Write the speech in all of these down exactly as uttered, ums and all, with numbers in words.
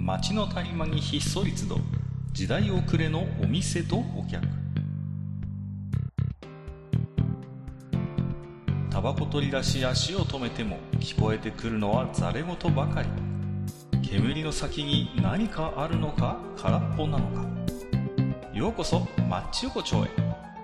街の谷間にひっそり集う時代遅れのお店とお客。タバコ取り出し足を止めても聞こえてくるのはざれ言ばかり。煙の先に何かあるのか空っぽなのか。ようこそマッチ横丁へ。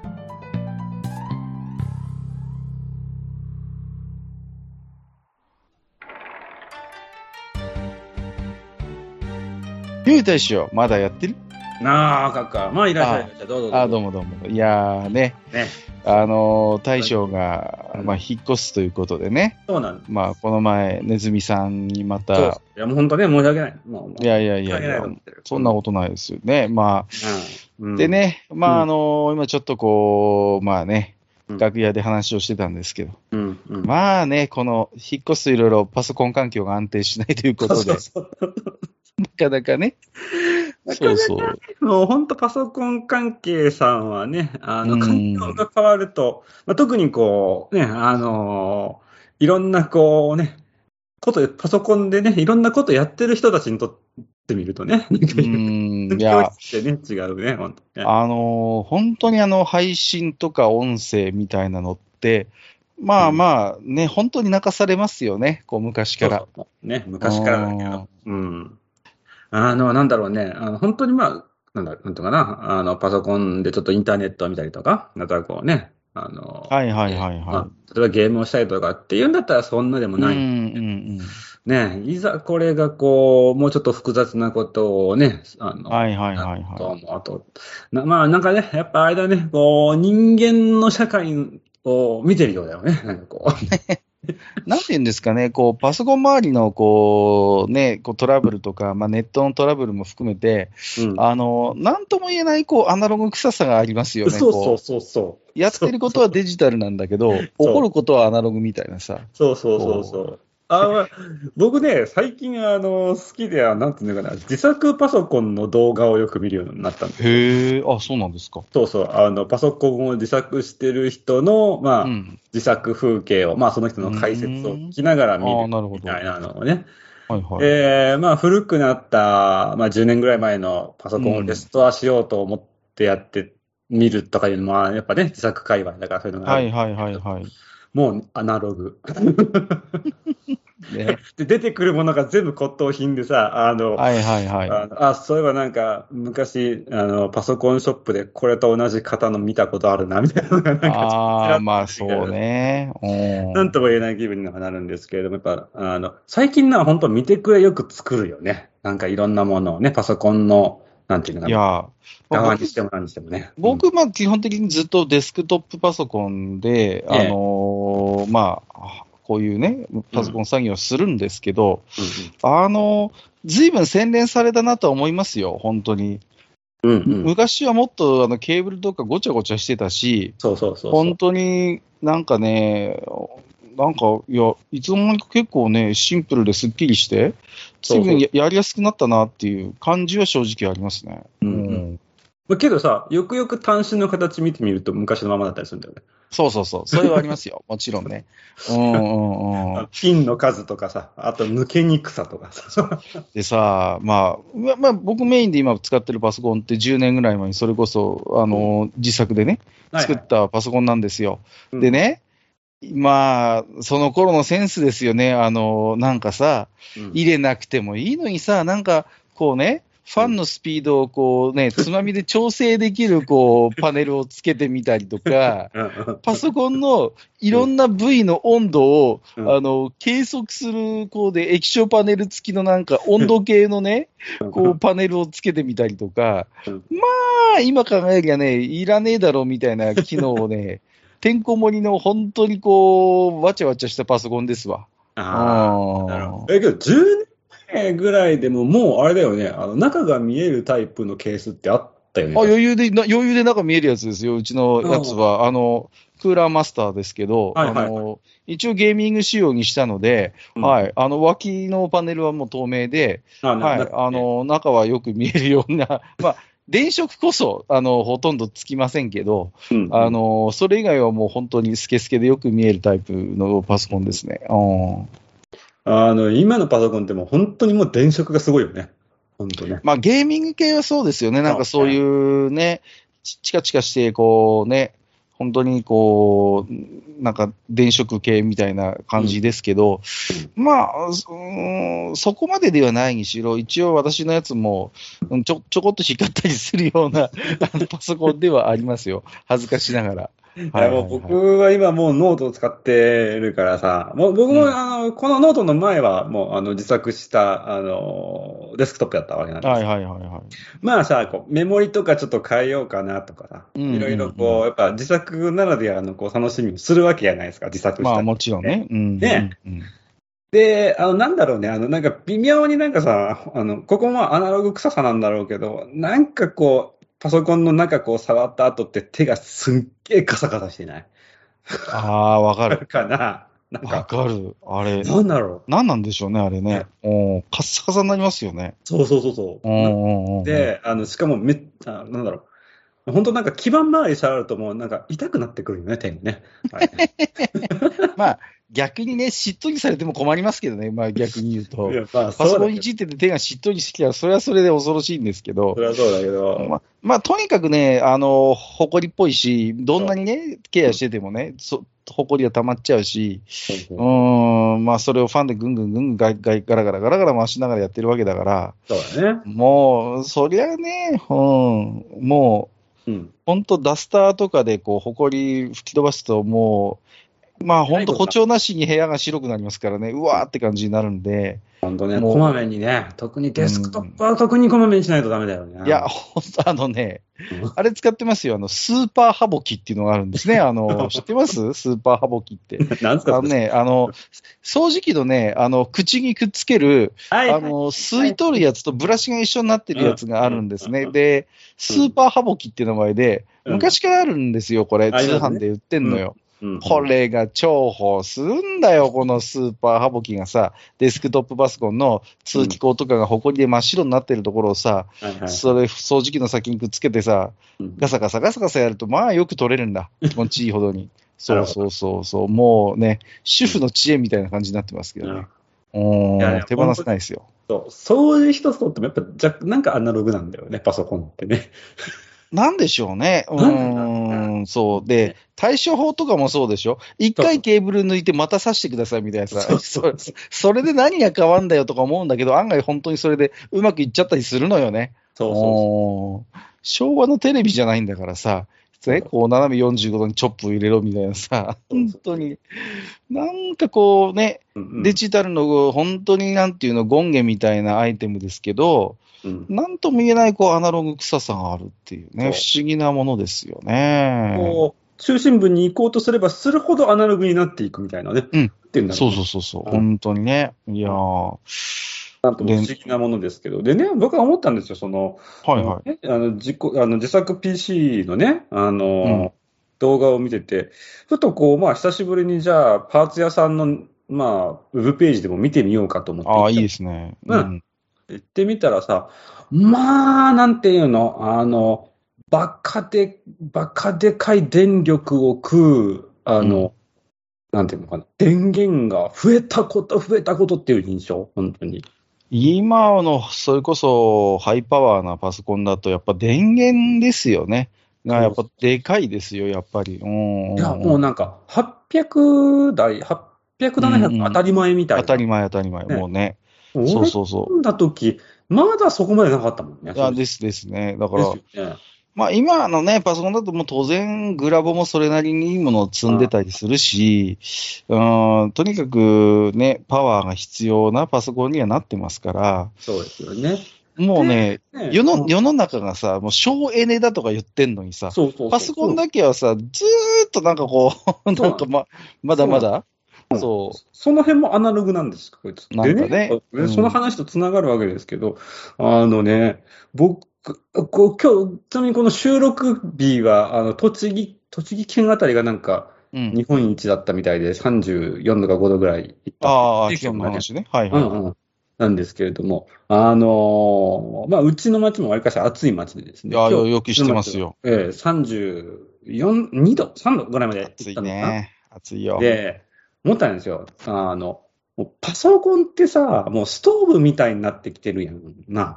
ゆう大将、まだやってる？ なあ、かっか。まあ、いらっしゃい。じゃあどうぞどうぞ。 あ、どうもどうも。いやーね、 ね。 あのー、大将が、 うんまあ、引っ越すということでね、 そうなんです。 まあ、この前、ネズミさんにまそう。 た、 いや、もう本当ね、申し訳ない。もう、もういやいやいやいや申し訳ないと思ってる、 そんなことないですよね。まうん。うあ、 んで、ね、まあ、 うんあのー、今ちょっとこう、まあね、 うん楽屋で話をしてたんですけど、 うん。うん。 まあね、この、引っ越すといろいろパソコン環境が安定しないということで、 そうそうそうなかなかね、 なかなかそうそう。 もう本当パソコン関係さんはね、あの、 うん環境が変わると、まあ、特にこう、ね、あのーいろんなこうね、こと、パソコンでね、いろんなことやってる人たちにとってみるとね、 うーん、い環境や、 質ってね、違うね、本当ね。 あのー本当にあの、配信とか音声みたいなのって、まあうんまあね、本当に泣かされますよね、こう昔から。 そうそうね、昔からだけど。うん。あの、なんだろうね、あの本当にまあ、なんだ、なんとかな、あの、パソコンでちょっとインターネットを見たりとか、あとはこうね、あの、 はいはいはいはいまあ、例えばゲームをしたりとかっていうんだったらそんなでもない。 うんうんうん。 ね、いざこれがこう、もうちょっと複雑なことをね、あの、 はいはいはいはいどうもあと、なまあなんかね、やっぱあれだね、こう、人間の社会を見てるようだよね、なんかこう。 なんて言うんですかね、こう、パソコン周りのこう、ね、こうトラブルとか、まあネットのトラブルも含めて、 うんあの、なんとも言えないこう、アナログ臭さがありますよね。 そうそうこそうそう。 うやってることはデジタルなんだけど、起こることはアナログみたいなさ。 そうそうそうそう。あまあ、僕ね、最近あの好きでは、なんていうのかな、自作パソコンの動画をよく見るようになったんですよ。 へえ、あ、そうなんですか。 そうそう、あのパソコンを自作してる人の、まあうん。 自作風景を、まあ、その人の解説を聞きながら見るああ、なるほど。 みたいなのをね。 はいはい。 えーまあ、古くなった、まあ、じゅうねんぐらい前のパソコンをレストアしようと思ってやってみるとかいうのは、やっぱね、自作界隈だからそういうのがある。 はいはいはいはい。 もうアナログ。 ね、 で、出てくるものが全部骨董品でさ、あの、 はいはいはい。 あのあ、そういえばなんか、昔、あの、パソコンショップでこれと同じ型の見たことあるな、みたいなのがなんか、 ああ、まあそうね。 なんとも言えない気分にはなるんですけれども、やっぱ、あの、最近のは本当見てくれよく作るよね。なんかいろんなものをね、パソコンの、なんていうのかな。 いや、 側にしても何にしてもね。 僕、僕まあ基本的にずっとデスクトップパソコンで、あのーまあ、こういうね、パソコン作業するんですけど、 うんあの、ずいぶん洗練されたなとは思いますよ、本当に。 うんうんうん、 昔はもっとあのケーブルとかごちゃごちゃしてたし、 そうそうそうそう。 本当になんかね、なんか、いや、いつの間にか結構ね、シンプルですっきりして、随分 や, やりやすくなったなっていう感じは正直ありますね。 うんうんうん、けどさ、よくよく端子の形見てみると昔のままだったりするんだよね。 そうそうそう。それはありますよ。もちろんね。うんうんうん。 ピンの数とかさ、あと抜けにくさとかさ。 でさ、まあ、まあ、僕メインで今使ってるパソコンってじゅうねんぐらい前にそれこそ、あの、自作でね、作ったパソコンなんですよ。はいはい、でね、まあ、その頃のセンスですよね。あの、なんかさ、入れなくてもいいのにさ、なんか、こうね、ファンのスピードをこうね、つまみで調整できるこう、パネルをつけてみたりとか、パソコンのいろんな部位の温度を、あの、計測する、こうで液晶パネル付きのなんか温度計のね、こうパネルをつけてみたりとか、まあ、今考えりゃね、いらねえだろうみたいな機能をね、てんこ盛りの本当にこう、わちゃわちゃしたパソコンですわ。 ああ。なるほど。え、けどじゅうねんぐらいでももうあれだよね、あの中が見えるタイプのケースってあったよね。 あ、余裕で、余裕で中見えるやつですよ。うちのやつは、あの、クーラーマスターですけど、はいはいはい、あの、一応ゲーミング仕様にしたので、うん、はい、あの、脇のパネルはもう透明で、はい、あの、中はよく見えるような、まあ、電飾こそ、あの、ほとんどつきませんけど、うんうん、あの、それ以外はもう本当にスケスケでよく見えるタイプのパソコンですね。うん、 あの、今のパソコンってもう本当にもう電飾がすごいよね。 本当ね。 まあゲーミング系はそうですよね。なんかそういうね、チカチカして、こうね、本当にこう、なんか電飾系みたいな感じですけど、うん、まあ、うん、そこまでではないにしろ、一応私のやつもちょ、ちょこっと光ったりするようなあのパソコンではありますよ。恥ずかしながら。 いやもう僕は今もうノートを使ってるからさ、もう僕も、うん、あの、このノートの前はもうあの自作した、あの、デスクトップやったわけなんです。 はいはいはいはい。 まあさ、こうメモリとかちょっと変えようかなとかさ、いろいろこう、やっぱ自作ならではのこう楽しみをするわけじゃないですか、自作した、ね。 まあもちろんね。うん、 ね、 うんうん。 で、あの、なんだろうね、あの、なんか微妙になんかさ、あの、ここもアナログ臭さなんだろうけど、なんかこう、パソコンの中こう触った後って手がすっげえカサカサしてない？ ああ、わかる。 かな。なんか。 わかる。あれ。 なんだろう。 なんなんでしょうね、あれね。おカッサカサになりますよね。 そうそうそうそう。で、あの、しかもめっあ、なんだろう。本当なんか基盤周り触るともうなんか痛くなってくるよね、手にね。はい、 まあ、逆にね、しっとりされても困りますけどね、まあ逆に言うと。 いやまあ、 パソコンいじってて手がしっとりしてきたら、それはそれで恐ろしいんですけど。 それはそうだけど。 まあ、まあ、とにかくね、あの、ほこりっぽいし、どんなにね、ケアしててもね、そほこりは溜まっちゃうし、うーん、まあ、それをファンでぐんぐんぐんぐんガガガラガラガラガラ回しながらやってるわけだから、 そうだね。 もう、そりゃね、うん、もう、うん、本当ダスターとかでこう、ほこり吹き飛ばすと、もう、まあ本当、誇張なしに部屋が白くなりますからね、うわーって感じになるんで。 本当ね、こまめにね、特にデスクトップは特にこまめにしないとダメだよね。 いや、本当あのね、あれ使ってますよ、あの、スーパーハボキっていうのがあるんですね。あの、知ってますスーパーハボキって。 何すか？ あのね、あの、掃除機のね、あの、口にくっつける、はい、あの、吸い取るやつとブラシが一緒になってるやつがあるんですね。で、スーパーハボキっていう名前で、昔からあるんですよ、これ。通販で売ってんのよ。うん、これが重宝するんだよ、このスーパーハボキがさ、デスクトップパソコンの通気口とかがホコリで真っ白になってるところをさ、うん、それ掃除機の先にくっつけてさ、ガサガサガサガサやると、まあよく取れるんだ。気持ちいいほどに。そうそうそうそう。もうね、主婦の知恵みたいな感じになってますけどね。うん、手放せないですよ。 そう、掃除一つとってもやっぱじゃなんかアナログなんだよね、パソコンってね。 なんでしょうね。うーん、そう。で、対処法とかもそうでしょ。一回ケーブル抜いてまた挿してくださいみたいなさ。そ, そ, それで何が変わんだよとか思うんだけど、案外本当にそれでうまくいっちゃったりするのよね。 そうそうそう。 昭和のテレビじゃないんだからさ、ね、こう斜めよんじゅうごどにチョップ入れろみたいなさ、本当に。なんかこうね、うんうん、デジタルの本当になんていうの、権限みたいなアイテムですけど、うん、なんとも言えないこうアナログ臭さがあるっていうね、不思議なものですよね。 こう中心部に行こうとすればするほどアナログになっていくみたいなね。 うん。っていうんだろう、ね、そうそうそうそう、うん、本当にね。いやー。 なんとも不思議なものですけど。でね、僕は思ったんですよ、その、 はいはい。 ね、あの自己あの自作 ピーシー のね、あの、うん、動画を見てて、ふとこう、まあ、久しぶりにじゃあ、パーツ屋さんの、まあ、ウェブページでも見てみようかと思って。 ああ、いいですね。 うん。行ってみたらさ、まあ、なんていうの、あの、バカで、バカでかい電力を食う、あの、うん、なんていうのかな、電源が増えたこと、増えたことっていう印象、本当に。 今の、それこそ、ハイパワーなパソコンだと、やっぱ電源ですよね。が、やっぱでかいですよ、やっぱり。うん、 いや、もうなんか、はっぴゃくだい、はっぴゃく、ななひゃく当たり前みたいな。 当たり前、当たり前。ね、もうね。そうそうそう。 俺だとき、まだそこまでなかったもんね。 いや、ですですね。だから、ね、まあ今のね、パソコンだともう当然グラボもそれなりにいいものを積んでたりするし、うん、とにかくね、パワーが必要なパソコンにはなってますから。 そうですよね。 もうね、ね世の、世の中がさ、もう省エネだとか言ってんのにさ、そうそうそうパソコンだけはさ、ずーっとなんかこう、なんかま、まだまだそう。 その辺もアナログなんですか、こいつ。 なんかね。 でね、その話とつながるわけですけど、うん、あのね、僕、こう今日、ちなみにこの収録日は、あの、栃木、栃木県あたりがなんか、日本一だったみたいで、さんじゅうよんどかごどぐらいいった。 ああ、気温の話ね。はいはい。 うんうん。なんですけれども、あのー、まあ、うちの町もわりかし暑い町でですね。 いや、よく知ってますよ。 ええ、さんじゅうよん、にど、さんどぐらいまで暑いね。暑いよ。 で、思ったんですよ。あの、もうパソコンってさ、もうストーブみたいになってきてるやんな。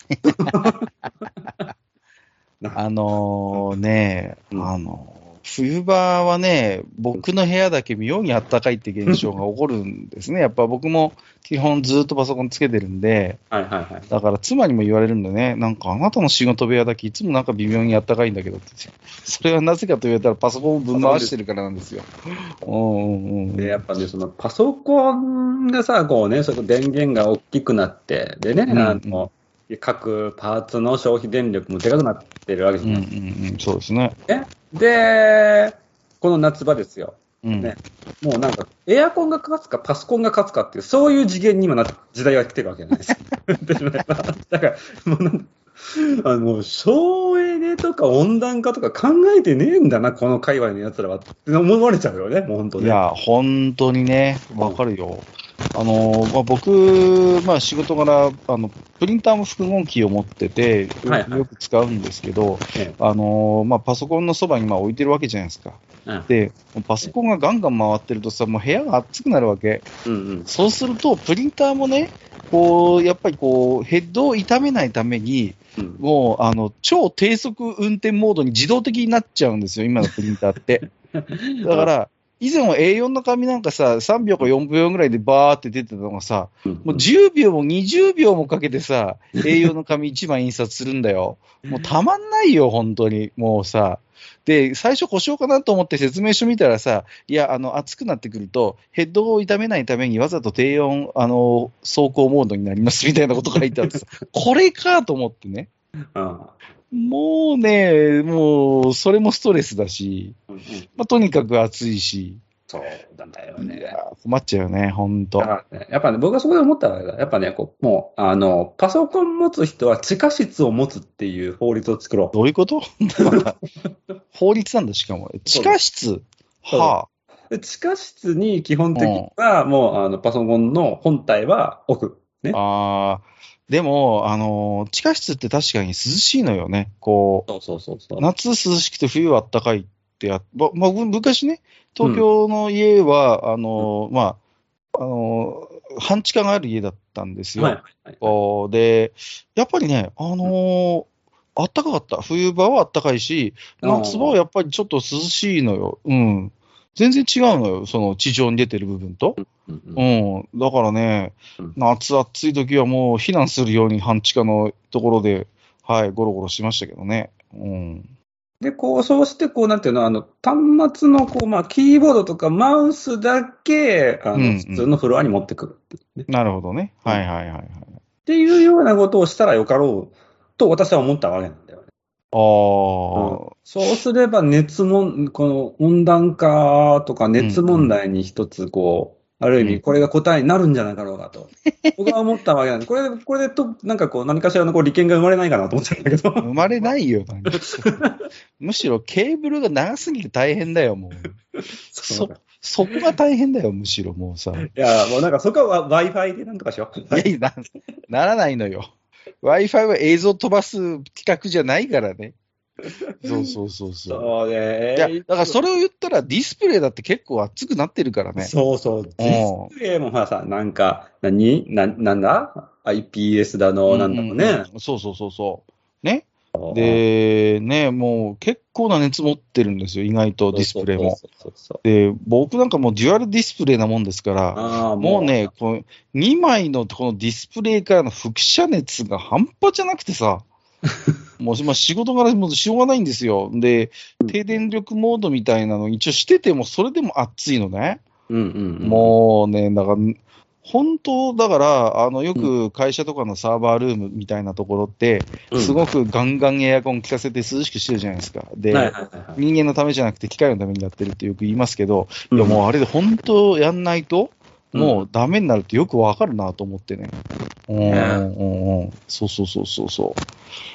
あのー、ね、 うん、 あのー、冬場はね、僕の部屋だけ妙に暖かいって現象が起こるんですね。やっぱ僕も基本ずっとパソコンつけてるんで、 はいはいはい。 だから妻にも言われるんだね。なんかあなたの仕事部屋だけいつもなんか微妙に暖かいんだけどって。それはなぜかと言われたらパソコンをぶん回してるからなんですよ。うんうんうん、 で、やっぱね、そのパソコンがさ、こうね、その電源が大きくなって、でね、 うんうん、 あの、各パーツの消費電力もでかくなってるわけじゃない、 うんうんうん、そうですね。 ね。で、この夏場ですよ。 うん、 ね。もうなんか、エアコンが勝つか、パソコンが勝つかっていう、そういう次元に今なって、時代が来てるわけじゃないですか。だから、もうなんか、あの、省エネとか温暖化とか考えてねえんだな、この界隈の奴らはって思われちゃうよね、もう本当ね。 いや、本当にね、わかるよ。あの、まあ、僕、まあ、仕事柄、あの、プリンターも複合機を持ってて、 はいはいよく使うんですけど、 ええあの、まあ、パソコンのそばにまあ置いてるわけじゃないですか。 うんで、パソコンがガンガン回ってるとさ、もう部屋が暑くなるわけ。 うんうんそうすると、プリンターもね、こう、やっぱりこう、ヘッドを傷めないために、 うんもう、あの、超低速運転モードに自動的になっちゃうんですよ、今のプリンターって。だから、以前は エーよん の紙なんかさ、さんびょうかよんびょうぐらいでバーって出てたのがさ、もうじゅうびょうもにじゅうびょうもかけてさ、エーよん の紙いちまい印刷するんだよ。もうたまんないよ、本当に。もうさ。で、最初故障かなと思って説明書見たらさ、いや、あの、熱くなってくると、ヘッドを傷めないためにわざと低温、あの、走行モードになりますみたいなことが書いてあってさ、これかと思ってね。 あもうね、もう、それもストレスだし、 うんうんまあ、とにかく暑いし、 そうなんだよいね。 や困っちゃうよね、ほんと。 だからね、やっぱね、僕はそこで思ったわけだ。やっぱね、こう、もう、あの、パソコン持つ人は地下室を持つっていう法律を作ろう。 どういうことまた法律なんだ、しかも。地下室そうはで地下室に基本的には、もう、あの、パソコンの本体は置く。ね。 あ、あーでも、あのー地下室って確かに涼しいのよね。こそうそうそうそうう、。夏涼しくて冬は暖かいってや、ま、まあ、昔ね、東京の家は、あのーまあ、あのー半地下がある家だったんですよ。 はいはいはい。 こうで、やっぱりね、あのーあったかかった。冬場はあったかいし、夏場はやっぱりちょっと涼しいのよ。うん。全然違うのよ。その地上に出てる部分と。 うんうんうん。だからねうん、 夏暑い時はもう避難するように半地下のところで、はい、ゴロゴロしましたけどね。うん。 で、こう、そうして、こう、なんていうの、あの、端末の、こう、まあ、キーボードとかマウスだけ、あの、 うんうん普通のフロアに持ってくるっていうね。 なるほどね。 うんはいはいはいはい。 っていうようなことをしたらよかろうと私は思ったわけなんだよね。 あうんあ、 そうすれば熱も、この温暖化とか熱問題に一つこう、ある意味これが答えになるんじゃないかろうかと。僕は思ったわけなんで、これで、これでと、なんかこう何かしらのこう利権が生まれないかなと思ってたんだけど。 生まれないよ。何むしろケーブルが長すぎて大変だよ、もう。 そうそ、そこが大変だよ、むしろもうさ。 いや、もうなんかそこは Wi-Fi でなんとかしよう。 いやいやな、ならないのよ。Wi-Fi は映像飛ばす企画じゃないからね。そうそうそうそう。 そうね。 いや、だからそれを言ったらディスプレイだって結構熱くなってるからね。 そうそう。ディスプレイもほらさ、なんか、何な、なんだ アイピーエス だの、なんだろうね。 うんうんそうそうそうそう。ね。で、ね、もう結構な熱持ってるんですよ、意外とディスプレイも。 そうそうそうで、僕なんかもうデュアルディスプレイなもんですから、 ああ、 もうね、このにまいのこのディスプレイからの輻射熱が半端じゃなくてさ、もうまあ仕事柄もうしょうがないんですよ。で、低電力モードみたいなの一応してても、それでも暑いのね。 うんうんうん、 もうね、だから、本当、だから、あの、よく会社とかのサーバールームみたいなところって、 うんすごくガンガンエアコン効かせて涼しくしてるじゃないですか。で、 はいはいはいはい、 人間のためじゃなくて機械のためにやってるってよく言いますけど、 うんいやもうあれで本当やんないと、もうダメになるってよくわかるなと思ってね。うんうんうん、そうそうそうそうそう。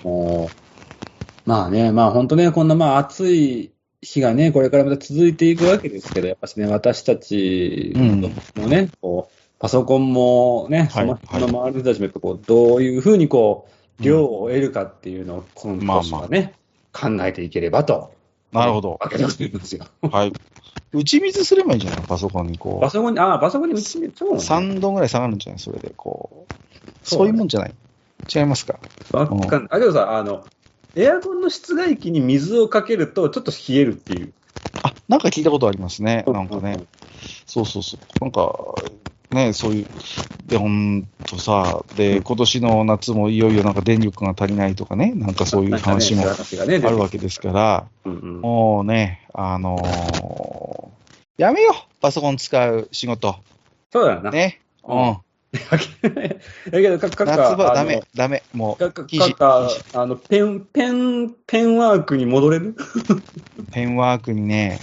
もうまあね、まあ本当ね、こんなまあ暑い日がね、これからまた続いていくわけですけど、やっぱしね、私たちもね、うん、こう、パソコンもね、その人の周りの人たちもやっぱこう、どういうふうにこう、量を得るかっていうのを、今年はね、まあまあ、考えていければと。 なるほど。 わけでございますよ。 はい。打ち水すればいいんじゃないパソコンにこう。 パソコンに、ああ、パソコンに打ち水、そう、ね、 さんどぐらい下がるんじゃないそれで、こう。そういうもんじゃない違いますか？ わかんない。あ、けどさ、あの、エアコンの室外機に水をかけるとちょっと冷えるっていう。 あ、なんか聞いたことありますね。なんかね。 うんうんうん、 そうそうそう。なんか、ね、そういう、で、ほんとさ、で、今年の夏もいよいよなんか電力が足りないとかね、なんかそういう話もあるわけですから、 うんうん、 もうね、あのー、やめよう、パソコン使う仕事。 そうだよな。 ね。うん。 だけど、かか夏場ダメ、ダメ、もう、 かかあの、ペン、ペン、ペンワークに戻れるペンワークにね、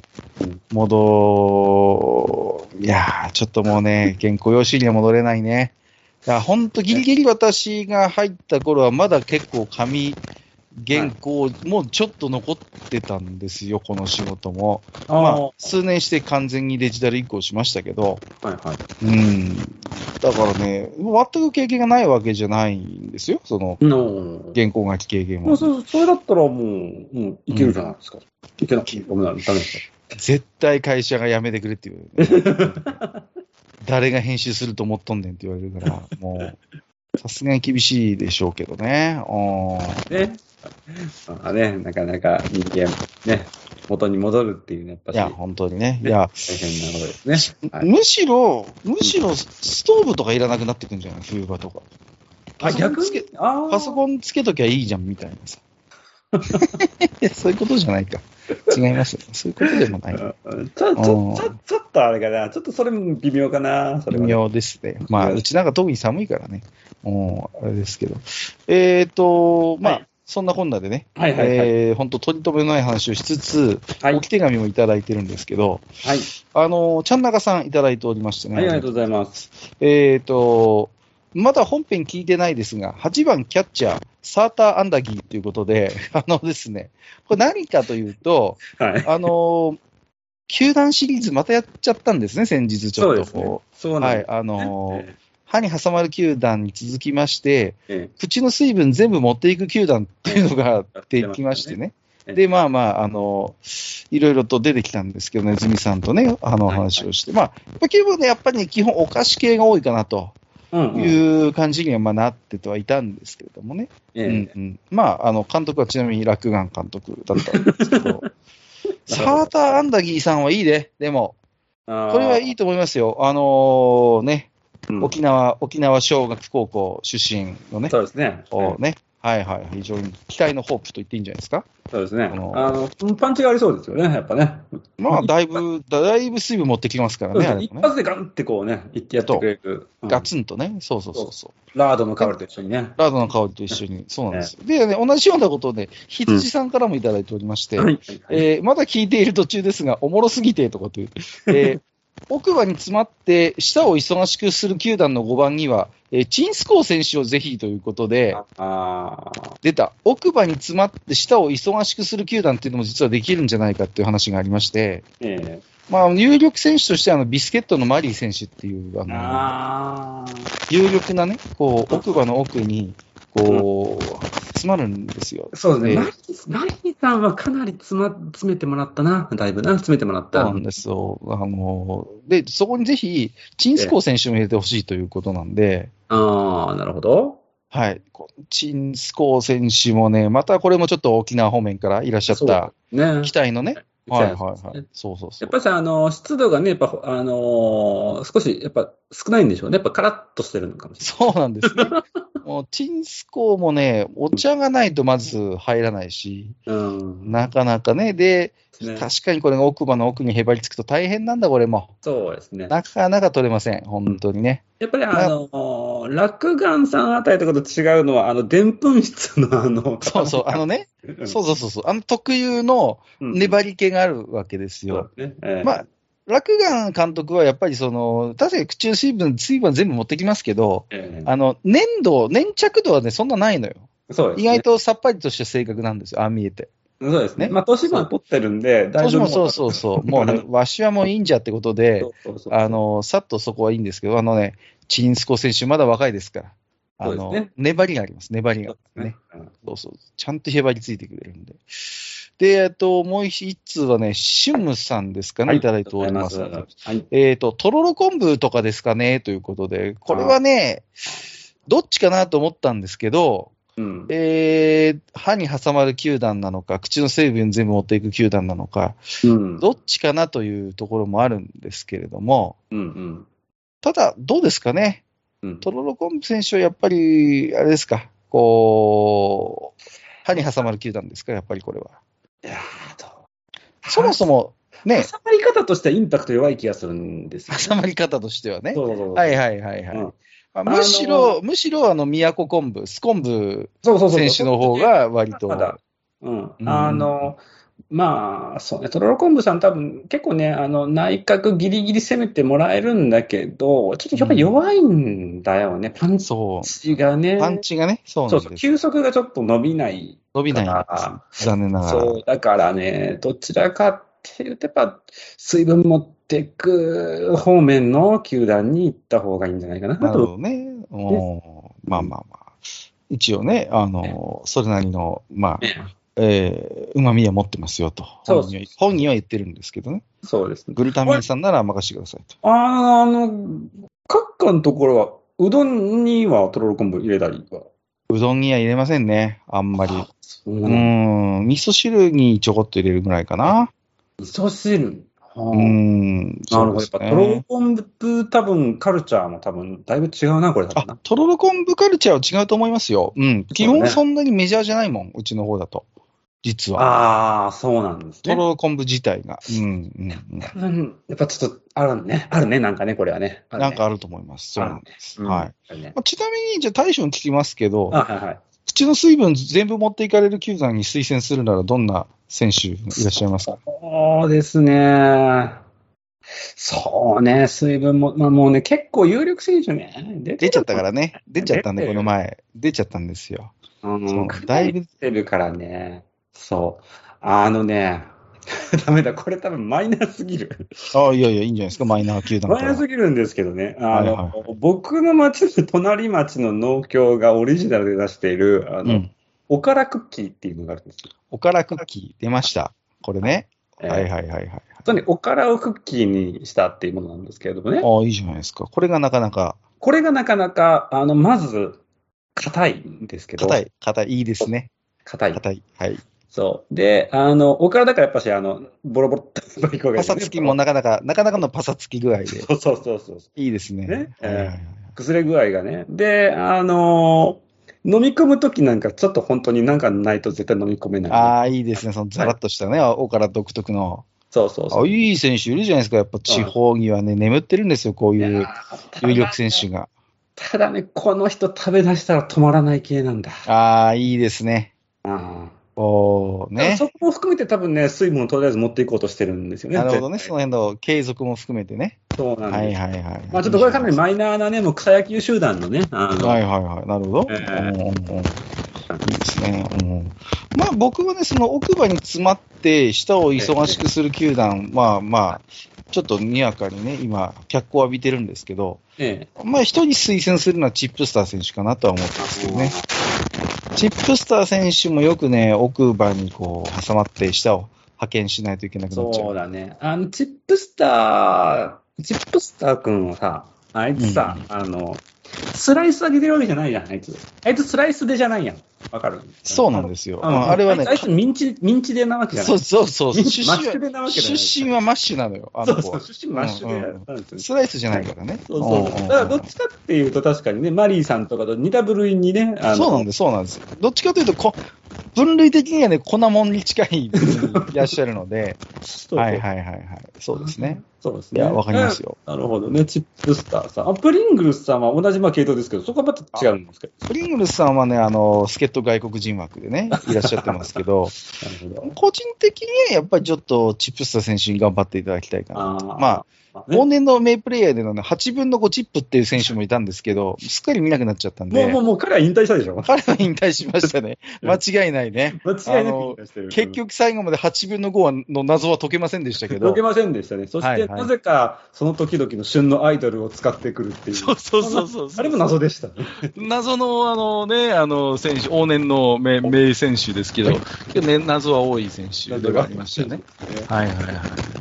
戻、いやー、ちょっともうね、原稿用紙には戻れないね。いや、ほんとギリギリ私が入った頃はまだ結構紙原稿もちょっと残ってたんですよ、この仕事も。まあ、数年して完全にデジタル移行しましたけど、 はいはい。 うん。だからね、全く経験がないわけじゃないんですよ、その、原稿書き経験は。 そ, それだったらもう、うん、いけるじゃないですか。うん、いけなきゃダメダメですか。 絶対会社が辞めてくれって言われる、ね。誰が編集すると思っとんねんって言われるから、もう、さすがに厳しいでしょうけどね。 ね。あね、なかなか人間、ね、元に戻るっていうね、やっぱり。 いや、本当にね。いや、 大変なことですね。 はい、むしろ、むしろ、ストーブとかいらなくなってくるんじゃない？冬場とか。 あ、逆にパソコンつけときゃいいじゃん、みたいなさ。そういうことじゃないか。違います。そういうことでもない。ちょ、 ちょ、ちょ、ちょっとあれかな。ちょっとそれも微妙かな。それは、ね、 微妙ですね。まあ、うちなんか特に寒いからね。もう、あれですけど。えっ、ー、と、まあ、はい、そんなこんなでね、はいはいはい、えー、本当取り留めのない話をしつつ、はい、置き手紙もいただいてるんですけど、はい、あの、ちゃんなかさんいただいておりましてね。 はい、ありがとうございます。 えっ、ー、と、まだ本編聞いてないですが、はちばんキャッチャー、サーターアンダギーということで、あのですね、これ何かというと、はい、あの、球団シリーズまたやっちゃったんですね、先日ちょっとこう。 そうなんですね。 はい、あの、ええ、歯に挟まる球団に続きまして、ええ、口の水分全部持っていく球団っていうのができましてね。ええ、で、まあまあ、あの、いろいろと出てきたんですけどね、ズミさんとね、あの話をして。はいはい、まあ、結局ね、やっぱり、ね、基本お菓子系が多いかなと。いう感じにはまあなってとはいたんですけれどもね。ええ、うんうん、まあ、あの、監督はちなみに楽眼監督だったんですけど、サーターアンダギーさんはいいね、でも。これはいいと思いますよ。あのー、ね、うん、沖縄、沖縄尚学高校出身のね。 そうですね。 ね、はいはい。非常に期待のホープと言っていいんじゃないですか。 そうですね。あの、あのパンチがありそうですよね、やっぱね。 まあ、だいぶ、だいぶ水分持ってきますからね。ね一発でガンってこうね、いってやってくれる。 うん、ガツンとね。そうそうそうそう。 ラードの香りと一緒にね。 ラードの香りと一緒に。そうなんです。ね、でね、同じようなことをね、羊さんからもいただいておりまして、うん、えー、まだ聞いている途中ですが、おもろすぎてとかという。えー奥歯に詰まって舌を忙しくする球団のごばんには、えー、チンスコー選手をぜひということで、あ出た。奥歯に詰まって舌を忙しくする球団っていうのも実はできるんじゃないかっていう話がありまして、えー、まあ、有力選手としてはあのビスケットのマリー選手っていう、あのあ有力なね、こう、奥歯の奥に、こう、詰まるんですよ。 そうですね。マリーさんはかなり詰ま、詰めてもらったな。だいぶな、詰めてもらった。 そうなんですよ。あの、で、そこにぜひ、チンスコー選手も入れてほしいということなんで。 ああ、なるほど。 はい。チンスコー選手もね、またこれもちょっと沖縄方面からいらっしゃった、ね、期待のね。はいはいはい。そうそうそう。 やっぱりさ、あの、湿度がね、やっぱ、あのー、少し、やっぱ少ないんでしょうね。やっぱカラッとしてるのかもしれない。そうなんですね。もうチンスコーもね、お茶がないとまず入らないし、うん、なかなかね、で、ね、確かにこれが奥歯の奥にへばりつくと大変なんだ、これも。 そうですね。 なかなか取れません、本当にね。 やっぱりあのー、落眼さんあたりとかと違うのは、あの、でんぷん質のあの、 そうそう、あのね、そうそうそうそう、あの特有の粘り気があるわけですよ。うんねえー、まあ、落眼監督はやっぱりその、確かに口の水分、水分は全部持ってきますけど、えー、あの、粘度、粘着度はね、そんなないのよ。そうですね。意外とさっぱりとした性格なんですよ、ああ見えて。 そうですね。まあ、年も取ってるんで、 年もそうそうそう。もうね、わしはもういいんじゃってことで、そうそうそうあの、さっとそこはいいんですけど、あのね、チンスコ選手まだ若いですから。あの、ね、粘りがあります、粘りが。そうね、うん。そうそう。ちゃんとへばりついてくれるんで。で、えっと、もう一通はね、シュムさんですかね、はい、いただいております。はい、えっと、とろろ昆布とかですかね、ということで、これはね、 どっちかなと思ったんですけど、 うん、 えー、歯に挟まる球団なのか、口の成分全部持っていく球団なのか、うん、どっちかなというところもあるんですけれども、 うんうん、 ただ、どうですかね、うん、トロロコンブ選手はやっぱり、あれですか、こう、歯に挟まる球団ですか、やっぱりこれは。 いやそもそも、ね。 挟まり方としてはインパクト弱い気がするんですよ、ね。 挟まり方としてはね。 そうそうそう。 はいはいはいはい。うんまあ、むしろ、あのー、むしろあの、宮古昆布、スコンブ選手の方が割と。 そうそうそううん。うん、あの、まあ、そうね、トロロ昆布さん多分結構ね、あの、内角ギリギリ攻めてもらえるんだけど、ちょっとやっぱり弱いんだよね、うん、パンチがね。 パンチがね、そうなんです。 そうそう、球速がちょっと伸びない。 伸びないんです。残念ながら。 そう、だからね、どちらかっていうと、やっぱ、水分持っていく方面の球団に行った方がいいんじゃないかなと。 なるほどね。おまあまあまあ。一応ね、あの、それなりの、まあ、えー、旨味は持ってますよと。本人は、本人は言ってるんですけどね。 そうですね。 グルタミン酸なら任せてくださいと。 あの、各家のところは、うどんにはとろろ昆布入れたりはうどんには入れませんね、あんまり。うーん、味噌汁にちょこっと入れるぐらいかな。 味噌汁うーん。 なるほど。やっぱ、とろろ昆布、多分、カルチャーも多分、だいぶ違うな、これ多分な。 あ、とろろ昆布カルチャーは違うと思いますよ。うん。基本そんなにメジャーじゃないもん、うちの方だと。実は。 ああ、そうなんですね。 とろろ昆布自体が。うん、うん、 多分、やっぱちょっと、あるね。あるね、なんかね、これはね。 ねなんかあると思います。そうなんです。はい。まあ、ちなみに、じゃあ大将に聞きますけど、 あ、はいはい。 口の水分全部持っていかれる球団に推薦するならどんな選手いらっしゃいますか？ そうですね。そうね、水分も、まあもうね、結構有力選手ね、 出, 出ちゃったからね。出ちゃったんで、この前。出ちゃったんですよ。 うん、だいぶ。出てるからね。そう。あのね、ダメだ、これ多分マイナーすぎる。 ああ、いやいや、いいんじゃないですか、マイナー球団から。 マイナーすぎるんですけどね。あの、はいはい、僕の町の隣町の農協がオリジナルで出している、あの、うん、おからクッキーっていうのがあるんですよ。 おからクッキー、出ました。これね。はい、はいはいはいはい。本当におからをクッキーにしたっていうものなんですけれどもね。 ああ、いいじゃないですか。これがなかなか。 これがなかなか、あの、まず、硬いんですけど。 硬い、硬い、いいですね。 硬い。 硬い。はい。 そう。で、あの、おからだからやっぱし、あの、ボロボロっといくわけですね。 パサつきもなかなか、なかなかのパサつき具合で。 そうそうそうそう。 いいですね。ね。 えーはいはいはい、崩れ具合がね。で、あのー、飲み込むときなんかちょっと本当になんかないと絶対飲み込めない、ね。 ああ、いいですね。そのザラッとしたね、はい、おから独特の。 そうそうそう。 あ、いい選手いるじゃないですか。やっぱ地方にはね、眠ってるんですよ、こういう有力選手が。 ただね、この人食べ出したら止まらない系なんだ。 ああ、いいですね。 あおね。 そこも含めて多分ね、水分をとりあえず持っていこうとしてるんですよね。 なるほどね。その辺の継続も含めてね。 そうなんです。 はいはいはい。 まあちょっとこれかなりマイナーなね、もう草野球集団のね。あのはいはいはい。なるほど。えー、うんうん、いいですね。うん、まあ僕はね、その奥歯に詰まって舌を忙しくする球団、えー、まあまあ、ちょっとにわかにね、今、脚光を浴びてるんですけど、ええ、まあ一人推薦するのはチップスター選手かなとは思ってますけどね。チップスター選手もよくね、奥歯にこう挟まって舌を派遣しないといけなくなっちゃう。 そうだね。あの、チップスター、チップスター君はさ、あいつさ、うん、あの、スライス上げてるわけじゃないじゃん、あいつ。あいつスライスでじゃないやん。わかる？ そうなんですよ。あ, あ, あれはね、 あいつミンチ、ミンチでなわけじゃない。 そうそうそう。 出身はマッシュでなわけじゃない。 出身はマッシュなのよ。あの子はそうそう、出身マッシュで、うんうん。 スライスじゃないからね。 そうそう。だからどっちかっていうと確かにね、マリーさんとかと似た部類にね。 あのそうなんです、そうなんです。どっちかというとこ、分類的にはね、粉もんに近い部類にいらっしゃるので。そうはいはいはいはい。そうですね。 そうですね。 いや、わかりますよ。 なるほどね。チップスターさん。あ、プリングルスさんは同じまあ系統ですけど、そこはまた違うんですか？ プリングルスさんはね、あの、助っ人外国人枠でね、いらっしゃってますけど、なるほど個人的にはやっぱりちょっとチップスター選手に頑張っていただきたいかな。あまあ、往年の名プレイヤーでの、ね、はちぶんのごチップっていう選手もいたんですけど、すっかり見なくなっちゃったんで。 もう、もう、もう彼は引退したでしょ？ 彼は引退しましたね。間違いないね。 間違いなく引退してる。 結局最後まではちぶんのごの謎は解けませんでしたけど。 解けませんでしたね。そして、はいはい、なぜかその時々の旬のアイドルを使ってくるっていう。 そうそうそうそう。 あれも謎でしたね。 謎の、あのね、あの、選手、往年の名、名選手ですけど、ね、謎は多い選手ではありましたね。はいはいはい。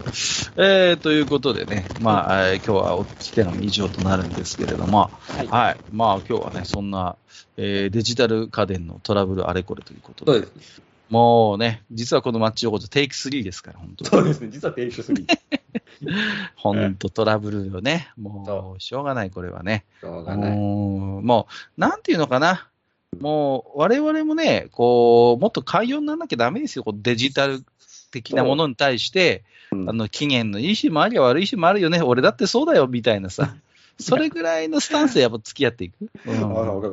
えー、ということでね、まあ、えー、今日はお手紙以上となるんですけれども、はい。はい、まあ、今日はね、そんな、えー、デジタル家電のトラブルあれこれということで。そうです。もうね、実はこのマッチ横丁テイクスリーですから、本当に。 そうですね、実はテイクスリー。 本当トラブルよね。もう、しょうがない、これはね。しょうがない。もう、なんていうのかな。もう、我々もね、こう、もっと寛容にならなきゃダメですよ。デジタル的なものに対して、うん、あの、期限のいい日もありゃ悪い日もあるよね。俺だってそうだよ、みたいなさ。それぐらいのスタンスでやっぱ付き合っていく。うん、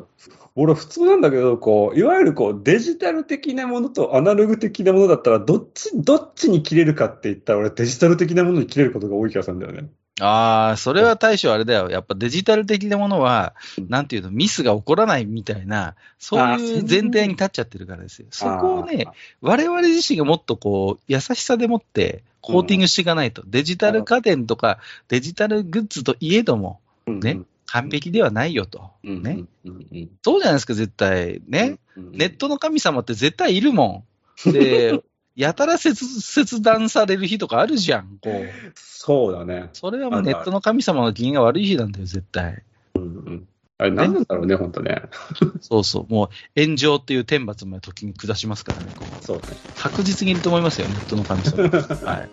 俺普通なんだけど、こう、いわゆるこう、デジタル的なものとアナログ的なものだったら、どっち、どっちに切れるかって言ったら、俺デジタル的なものに切れることが多い気がするんだよね。 ああ、それは大将あれだよ。やっぱデジタル的なものは、なんていうの、ミスが起こらないみたいな、そういう前提に立っちゃってるからですよ。そこをね、我々自身がもっとこう、優しさでもってコーティングしていかないと。デジタル家電とかデジタルグッズといえども、ね、完璧ではないよと。ね。そうじゃないですか、絶対。ね。ネットの神様って絶対いるもん。で、やたら切、切断される日とかあるじゃん、こう。 そうだね。 それはもうネットの神様の機嫌が悪い日なんだよ、絶対。 うんうん。あれ何なんだろうね、ほんとね。 そうそう。もう炎上っていう天罰まで時に下しますからね。こうそうね。 確実にいると思いますよ、ネットの神様。はい。はい。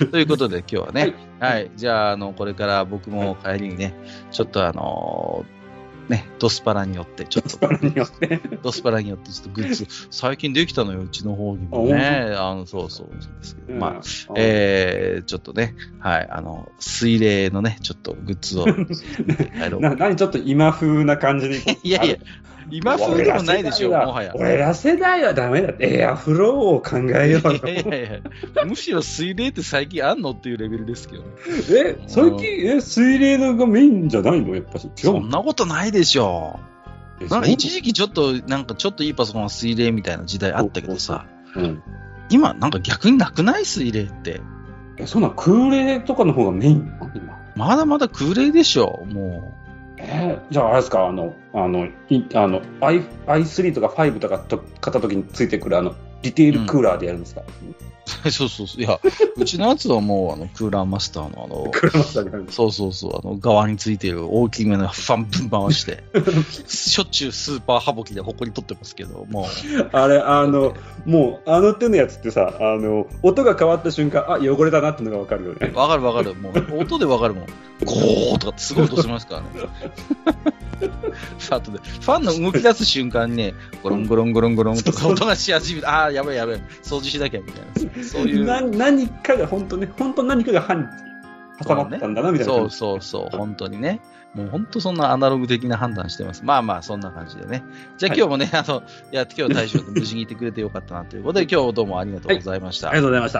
ということで今日はね、はい。はい、じゃあ、あの、これから僕も帰りにね、ちょっとあのー、ね、ドスパラによって、ちょっと。ドスパラによって。ドスパラによって、ちょっとグッズ、最近できたのよ、うちの方にもね。あの、そうそう、そうですけど。まあ、えー、ちょっとね、はい、あの、水冷のね、ちょっとグッズを帰ろう。 な、何ちょっと今風な感じで。 いやいや、今風でもないでしょ、もはや。 俺ら世代はダメだって。エアフローを考えよう。 いやいやいや、むしろ水冷って最近あんのっていうレベルですけどね。 え、最近、え、水冷のがメインじゃないのやっぱし。 そんなことないでしょ。なんか一時期ちょっと、なんかちょっといいパソコンは水冷みたいな時代あったけどさ、うん、今なんか逆になくない水冷って。 え、そんな空冷とかの方がメイン今。 まだまだ空冷でしょ、もう。 えー、じゃああれですか、あの、あの、いあの アイスリー とかファイブとかと買った時についてくるあの、ディテールクーラーでやるんですか、 うん、そうそうそう。いや、うちのやつはもう、あの、クーラーマスターのあの、 クーラーマスターでやるそうそうそう、あの、側についている大きめのファンぶん回して、しょっちゅうスーパーハボキでホコリ取ってますけど、もう。あれ、あの、もう、あの手のやつってさ、あの、音が変わった瞬間、あ、汚れたなってのがわかるよね。 わかるわかる。もう、音でわかるもん。ゴーとかってすごい音しますからね。あとで、ファンの動き出す瞬間にね、ゴロンゴロンゴロンゴロンとか音がし始めて、ああ、やばいやばい、掃除しなきゃみたいな。そういう。 な何かが本当ね、本当何かが歯に挟まったんだな、みたいな。 そうそうそう、本当にね。もう本当そんなアナログ的な判断してます。まあまあ、そんな感じでね。じゃあ今日もね、はい、あの、いや、今日大将君無事にいてくれてよかったなということで、今日どうもありがとうございました。 はい、ありがとうございました。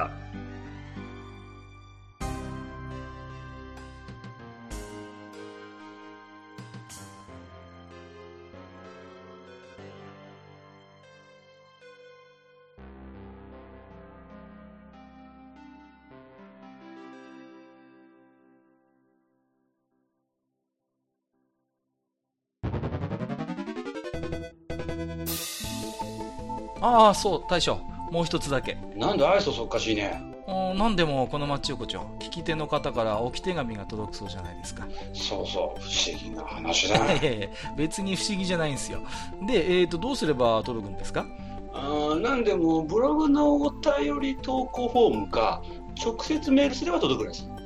ああ、そう、大将。もう一つだけ。 なんで愛想そっかしいね。 なんでもこのマッチ横丁、聞き手の方から置き手紙が届くそうじゃないですか。 そうそう、不思議な話だね。 いやいや、別に不思議じゃないんですよ。で、えーと、どうすれば届くんですか？ あなんでも、ブログのお便り投稿フォームか、直接メールすれば届くんです。 うん。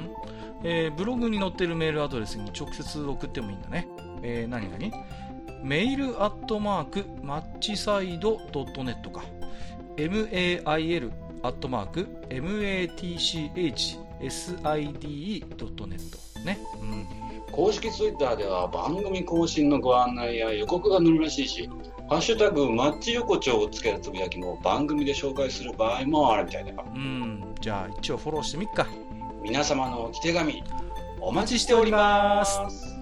えー、ブログに載ってるメールアドレスに直接送ってもいいんだね。えー、何々メールアットマークマッチサイドドットネットか mail アットマーク matchside ドットネットね、うん、 公式ツイッターでは番組更新のご案内や予告が載るらしいし、ハッシュタグマッチ横丁をつけるつぶやきも番組で紹介する場合もあるみたいだよ。 うん、じゃあ一応フォローしてみっか。 皆様のお手紙お待ちしております。